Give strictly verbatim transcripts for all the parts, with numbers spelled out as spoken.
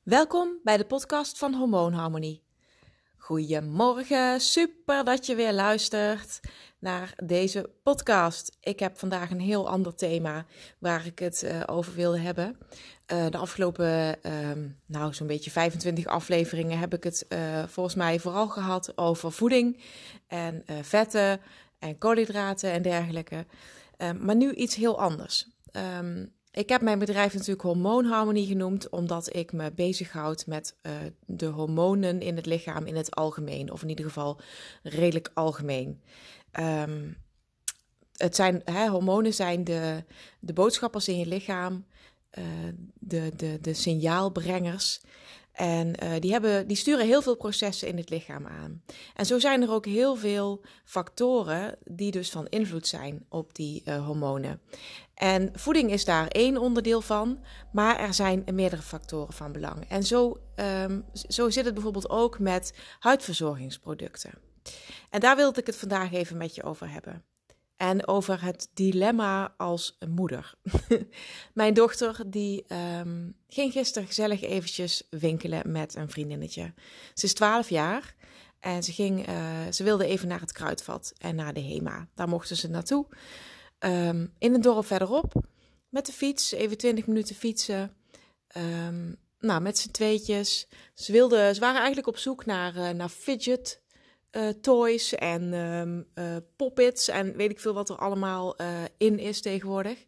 Welkom bij de podcast van Hormoonharmonie. Goedemorgen, super dat je weer luistert naar deze podcast. Ik heb vandaag een heel ander thema waar ik het uh, over wilde hebben. Uh, de afgelopen, uh, nou zo'n beetje vijfentwintig afleveringen heb ik het uh, volgens mij vooral gehad over voeding en uh, vetten en koolhydraten en dergelijke. Uh, maar nu iets heel anders. Um, Ik heb mijn bedrijf natuurlijk Hormoonharmonie genoemd, omdat ik me bezighoud met uh, de hormonen in het lichaam in het algemeen. Of in ieder geval redelijk algemeen. Um, het zijn, hè, hormonen zijn de, de boodschappers in je lichaam, uh, de, de, de signaalbrengers. En uh, die, hebben, die sturen heel veel processen in het lichaam aan. En zo zijn er ook heel veel factoren die dus van invloed zijn op die uh, hormonen. En voeding is daar één onderdeel van, maar er zijn meerdere factoren van belang. En zo, um, zo zit het bijvoorbeeld ook met huidverzorgingsproducten. En daar wilde ik het vandaag even met je over hebben. En over het dilemma als moeder. Mijn dochter die um, ging gisteren gezellig eventjes winkelen met een vriendinnetje. Ze is twaalf jaar en ze, ging, uh, ze wilde even naar het Kruidvat en naar de HEMA. Daar mochten ze naartoe. Um, in een dorp verderop, met de fiets, even twintig minuten fietsen. Um, nou, met z'n tweetjes. Ze, wilden, ze waren eigenlijk op zoek naar, uh, naar fidget uh, toys en um, uh, poppets en weet ik veel wat er allemaal uh, in is tegenwoordig.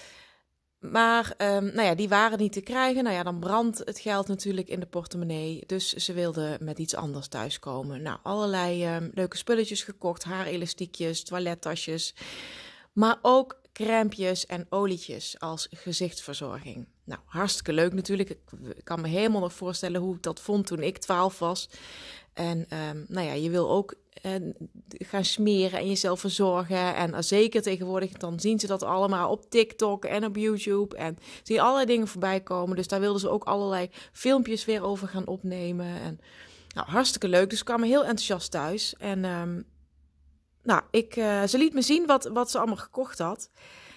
Maar um, nou ja, die waren niet te krijgen. Nou ja, dan brandt het geld natuurlijk in de portemonnee. Dus ze wilden met iets anders thuiskomen. Nou, allerlei um, leuke spulletjes gekocht. Haarelastiekjes, toilettasjes. Maar ook crèmpjes en olietjes als gezichtsverzorging. Nou, hartstikke leuk natuurlijk. Ik, ik kan me helemaal nog voorstellen hoe ik dat vond toen ik twaalf was. En um, nou ja, je wil ook uh, gaan smeren en jezelf verzorgen. En uh, zeker tegenwoordig, dan zien ze dat allemaal op TikTok en op YouTube. En zie je allerlei dingen voorbij komen. Dus daar wilden ze ook allerlei filmpjes weer over gaan opnemen. En nou, hartstikke leuk. Dus ik kwam heel enthousiast thuis. En um, nou, ik, uh, ze liet me zien wat, wat ze allemaal gekocht had.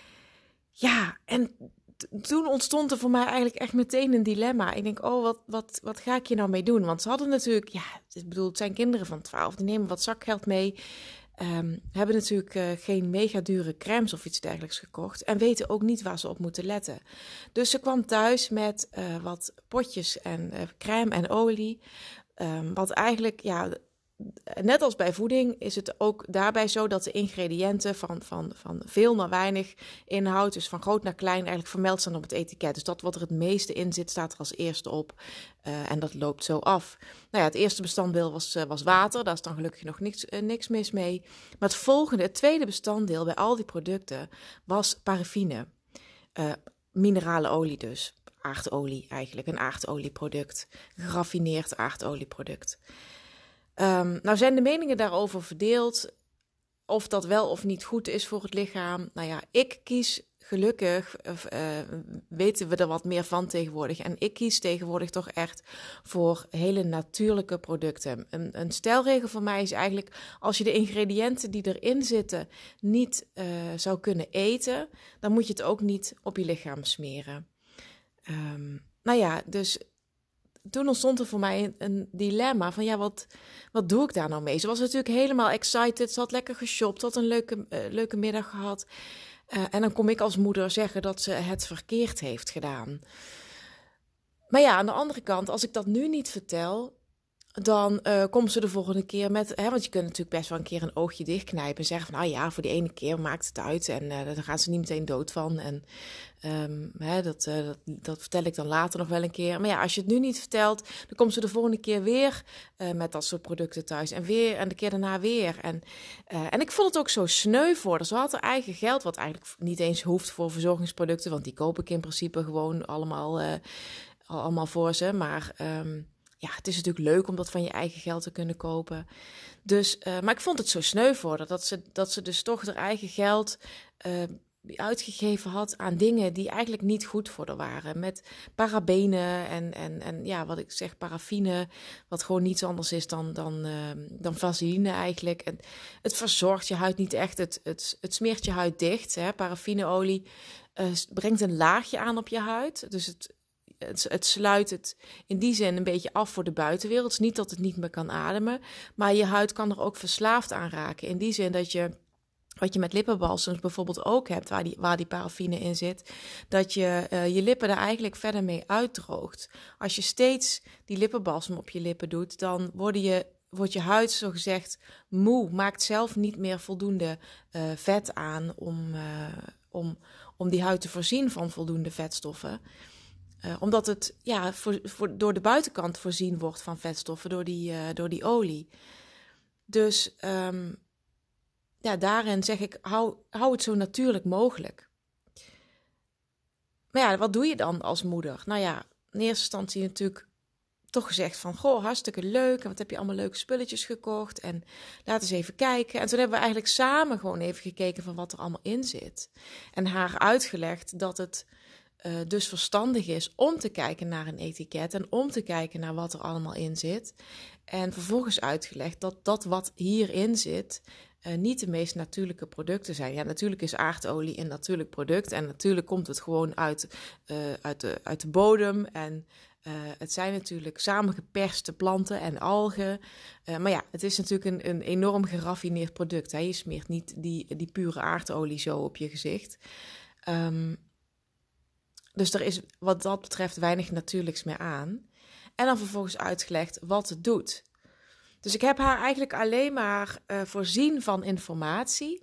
Ja, en t- toen ontstond er voor mij eigenlijk echt meteen een dilemma. Ik denk, oh, wat, wat, wat ga ik hier nou mee doen? Want ze hadden natuurlijk, ja, ik bedoel, het zijn kinderen van twaalf. Die nemen wat zakgeld mee. Um, hebben natuurlijk uh, geen mega dure crèmes of iets dergelijks gekocht. En weten ook niet waar ze op moeten letten. Dus ze kwam thuis met uh, wat potjes en uh, crème en olie. Um, wat eigenlijk, ja... Net als bij voeding is het ook daarbij zo dat de ingrediënten van, van, van veel naar weinig inhoud, dus van groot naar klein, eigenlijk vermeld staan op het etiket. Dus dat wat er het meeste in zit, staat er als eerste op. Uh, en dat loopt zo af. Nou ja, het eerste bestanddeel was, uh, was water. Daar is dan gelukkig nog niks, uh, niks mis mee. Maar het volgende, het tweede bestanddeel bij al die producten, was paraffine. Uh, minerale olie dus. Aardolie eigenlijk, een aardolieproduct. Geraffineerd aardolieproduct. Um, nou zijn de meningen daarover verdeeld, of dat wel of niet goed is voor het lichaam. Nou ja, ik kies gelukkig, uh, weten we er wat meer van tegenwoordig. En ik kies tegenwoordig toch echt voor hele natuurlijke producten. Een, een stelregel voor mij is eigenlijk, als je de ingrediënten die erin zitten niet uh, zou kunnen eten, dan moet je het ook niet op je lichaam smeren. Um, nou ja, dus... Toen ontstond er voor mij een, een dilemma van ja, wat, wat doe ik daar nou mee? Ze was natuurlijk helemaal excited, ze had lekker geshopt, had een leuke, uh, leuke middag gehad. Uh, en dan kom ik als moeder zeggen dat ze het verkeerd heeft gedaan. Maar ja, aan de andere kant, als ik dat nu niet vertel, dan uh, komt ze de volgende keer met... Hè, want je kunt natuurlijk best wel een keer een oogje dichtknijpen en zeggen van... nou ja, voor die ene keer maakt het uit en uh, daar gaan ze niet meteen dood van. En um, hè, dat, uh, dat, dat vertel ik dan later nog wel een keer. Maar ja, als je het nu niet vertelt, dan komt ze de volgende keer weer uh, met dat soort producten thuis. En weer en de keer daarna weer. En, uh, en ik vond het ook zo sneu voor haar. Ze had haar eigen geld, wat eigenlijk niet eens hoeft voor verzorgingsproducten. Want die koop ik in principe gewoon allemaal, uh, allemaal voor ze. Maar... Um, Ja, het is natuurlijk leuk om dat van je eigen geld te kunnen kopen. Dus, uh, maar ik vond het zo sneu voor haar, dat ze, dat ze dus toch haar eigen geld uh, uitgegeven had aan dingen die eigenlijk niet goed voor haar waren. Met parabenen en, en, en ja, wat ik zeg, paraffine, wat gewoon niets anders is dan, dan, uh, dan vaseline eigenlijk. En het verzorgt je huid niet echt, het, het, het smeert je huid dicht. Hè? Paraffineolie uh, brengt een laagje aan op je huid, dus het... het, het sluit het in die zin een beetje af voor de buitenwereld. Het is niet dat het niet meer kan ademen, maar je huid kan er ook verslaafd aan raken. In die zin dat je, wat je met lippenbalsems bijvoorbeeld ook hebt, waar die, waar die paraffine in zit, dat je uh, je lippen er eigenlijk verder mee uitdroogt. Als je steeds die lippenbalsem op je lippen doet, dan worden je, wordt je huid zogezegd moe, maakt zelf niet meer voldoende uh, vet aan om, uh, om, om die huid te voorzien van voldoende vetstoffen. Uh, omdat het ja, voor, voor, door de buitenkant voorzien wordt van vetstoffen, door die, uh, door die olie. Dus um, ja, daarin zeg ik, hou, hou het zo natuurlijk mogelijk. Maar ja, wat doe je dan als moeder? Nou ja, in eerste instantie natuurlijk toch gezegd van, goh, hartstikke leuk. En wat heb je allemaal leuke spulletjes gekocht? En laat eens even kijken. En toen hebben we eigenlijk samen gewoon even gekeken van wat er allemaal in zit. En haar uitgelegd dat het uh, dus verstandig is om te kijken naar een etiket en om te kijken naar wat er allemaal in zit. En vervolgens uitgelegd dat dat wat hierin zit uh, niet de meest natuurlijke producten zijn. Ja, natuurlijk is aardolie een natuurlijk product en natuurlijk komt het gewoon uit, uh, uit, de, uit de bodem en Uh, het zijn natuurlijk samengeperste planten en algen. Uh, maar ja, het is natuurlijk een, een enorm geraffineerd product. Hè? Je smeert niet die, die pure aardolie zo op je gezicht. Um, dus er is wat dat betreft weinig natuurlijks meer aan. En dan vervolgens uitgelegd wat het doet. Dus ik heb haar eigenlijk alleen maar uh, voorzien van informatie.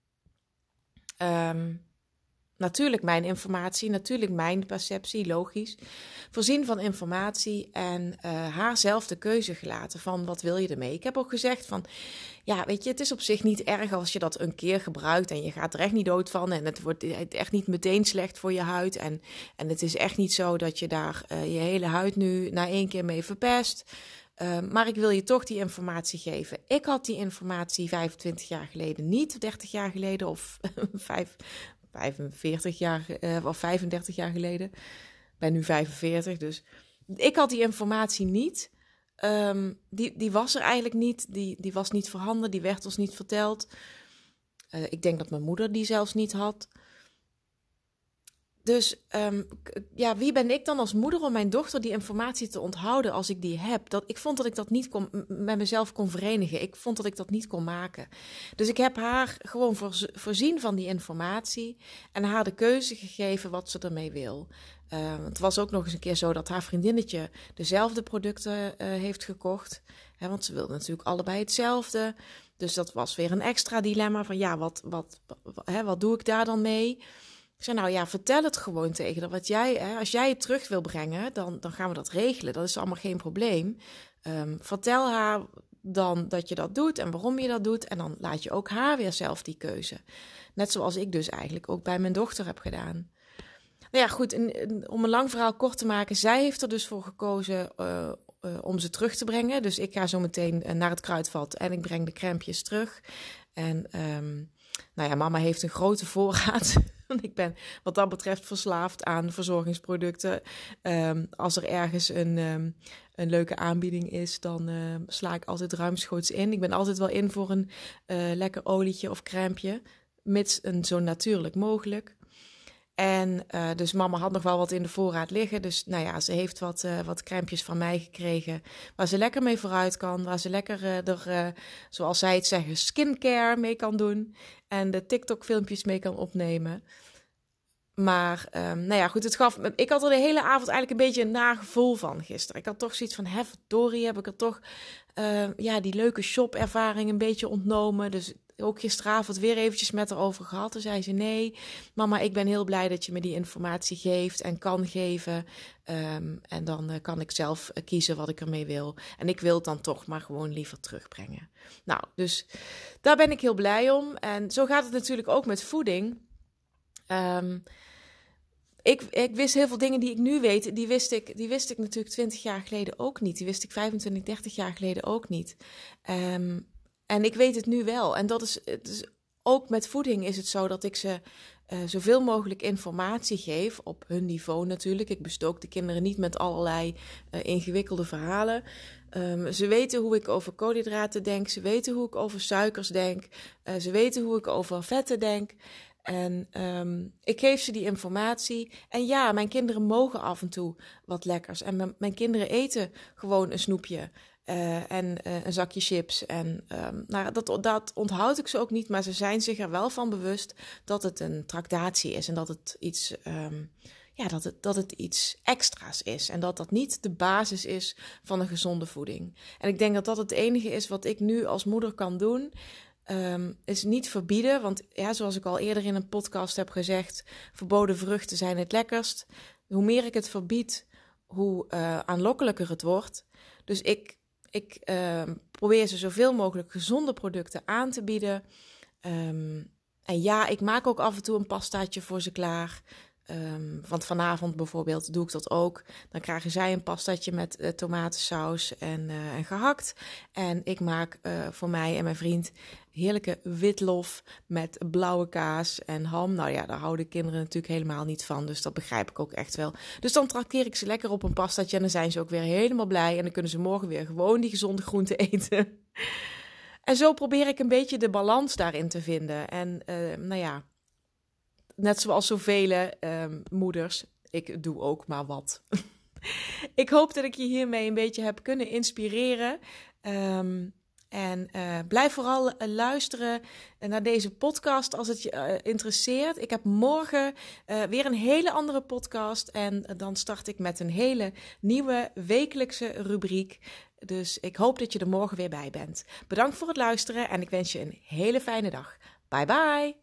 Um, Natuurlijk mijn informatie, natuurlijk mijn perceptie, logisch. Voorzien van informatie en uh, haar zelf de keuze gelaten van wat wil je ermee. Ik heb ook gezegd van, ja weet je, het is op zich niet erg als je dat een keer gebruikt en je gaat er echt niet dood van. En het wordt echt niet meteen slecht voor je huid. En, en het is echt niet zo dat je daar uh, je hele huid nu na één keer mee verpest. Uh, maar ik wil je toch die informatie geven. Ik had die informatie vijfentwintig jaar geleden niet, dertig jaar geleden of vijf... vijfenveertig jaar uh, of vijfendertig jaar geleden. Ik ben nu vijfenveertig, dus ik had die informatie niet. Um, die, die was er eigenlijk niet. Die, die was niet voorhanden, die werd ons niet verteld. Uh, ik denk dat mijn moeder die zelfs niet had. Dus um, ja, wie ben ik dan als moeder om mijn dochter die informatie te onthouden als ik die heb? Dat, ik vond dat ik dat niet kon, met mezelf kon verenigen. Ik vond dat ik dat niet kon maken. Dus ik heb haar gewoon voor, voorzien van die informatie en haar de keuze gegeven wat ze ermee wil. Uh, het was ook nog eens een keer zo dat haar vriendinnetje dezelfde producten uh, heeft gekocht. Hè, want ze wilde natuurlijk allebei hetzelfde. Dus dat was weer een extra dilemma van ja, wat, wat, wat, hè, wat doe ik daar dan mee? Ik zei, nou ja, vertel het gewoon tegen haar. Wat jij, hè, als jij het terug wil brengen, dan, dan gaan we dat regelen. Dat is allemaal geen probleem. Um, vertel haar dan dat je dat doet en waarom je dat doet. En dan laat je ook haar weer zelf die keuze. Net zoals ik dus eigenlijk ook bij mijn dochter heb gedaan. Nou ja, goed, in, in, om een lang verhaal kort te maken. Zij heeft er dus voor gekozen uh, uh, om ze terug te brengen. Dus ik ga zo meteen uh, naar het kruidvat en ik breng de crèmpjes terug. En um, nou ja, mama heeft een grote voorraad. Ik ben wat dat betreft verslaafd aan verzorgingsproducten. Um, als er ergens een, um, een leuke aanbieding is, dan uh, sla ik altijd ruimschoots in. Ik ben altijd wel in voor een uh, lekker olietje of crèmpje, mits een zo natuurlijk mogelijk. En uh, dus mama had nog wel wat in de voorraad liggen. Dus nou ja, ze heeft wat, uh, wat crèmpjes van mij gekregen waar ze lekker mee vooruit kan. Waar ze lekker uh, er, uh, zoals zij het zeggen, skincare mee kan doen. En de TikTok-filmpjes mee kan opnemen. Maar um, nou ja, goed, het gaf... Ik had er de hele avond eigenlijk een beetje een nagevoel van gisteren. Ik had toch zoiets van, hè, verdorie, heb ik er toch uh, ja, die leuke shop-ervaring een beetje ontnomen. Dus ook gisteravond weer eventjes met haar over gehad. Toen zei ze, nee, mama, ik ben heel blij dat je me die informatie geeft en kan geven. Um, en dan uh, kan ik zelf uh, kiezen wat ik ermee wil. En ik wil het dan toch maar gewoon liever terugbrengen. Nou, dus daar ben ik heel blij om. En zo gaat het natuurlijk ook met voeding. Um, ik, ik wist heel veel dingen die ik nu weet, die wist ik, die wist ik natuurlijk twintig jaar geleden ook niet. Die wist ik vijfentwintig, dertig jaar geleden ook niet. Um, en ik weet het nu wel. En dat is, dus ook met voeding is het zo dat ik ze uh, zoveel mogelijk informatie geef, op hun niveau natuurlijk. Ik bestook de kinderen niet met allerlei uh, ingewikkelde verhalen. Um, ze weten hoe ik over koolhydraten denk, ze weten hoe ik over suikers denk, uh, ze weten hoe ik over vetten denk. En um, ik geef ze die informatie. En ja, mijn kinderen mogen af en toe wat lekkers. En m- mijn kinderen eten gewoon een snoepje. Uh, en uh, een zakje chips. En um, nou, dat, dat onthoud ik ze ook niet. Maar ze zijn zich er wel van bewust dat het een tractatie is. En dat het iets, um, ja, dat het, dat het iets extra's is. En dat dat niet de basis is van een gezonde voeding. En ik denk dat dat het enige is wat ik nu als moeder kan doen. Um, is niet verbieden. Want ja, zoals ik al eerder in een podcast heb gezegd, verboden vruchten zijn het lekkerst. Hoe meer ik het verbied, hoe uh, aanlokkelijker het wordt. Dus ik... Ik uh, probeer ze zoveel mogelijk gezonde producten aan te bieden. Um, en ja, ik maak ook af en toe een pastaatje voor ze klaar. Um, want vanavond bijvoorbeeld doe ik dat ook. Dan krijgen zij een pastaatje met uh, tomatensaus en, uh, en gehakt. En ik maak uh, voor mij en mijn vriend heerlijke witlof met blauwe kaas en ham. Nou ja, daar houden kinderen natuurlijk helemaal niet van. Dus dat begrijp ik ook echt wel. Dus dan trakteer ik ze lekker op een pastaatje en dan zijn ze ook weer helemaal blij. En dan kunnen ze morgen weer gewoon die gezonde groenten eten. En zo probeer ik een beetje de balans daarin te vinden. En uh, nou ja... Net zoals zoveel um, moeders, ik doe ook maar wat. Ik hoop dat ik je hiermee een beetje heb kunnen inspireren. Um, en uh, blijf vooral uh, luisteren naar deze podcast als het je uh, interesseert. Ik heb morgen uh, weer een hele andere podcast. En uh, dan start ik met een hele nieuwe wekelijkse rubriek. Dus ik hoop dat je er morgen weer bij bent. Bedankt voor het luisteren en ik wens je een hele fijne dag. Bye bye!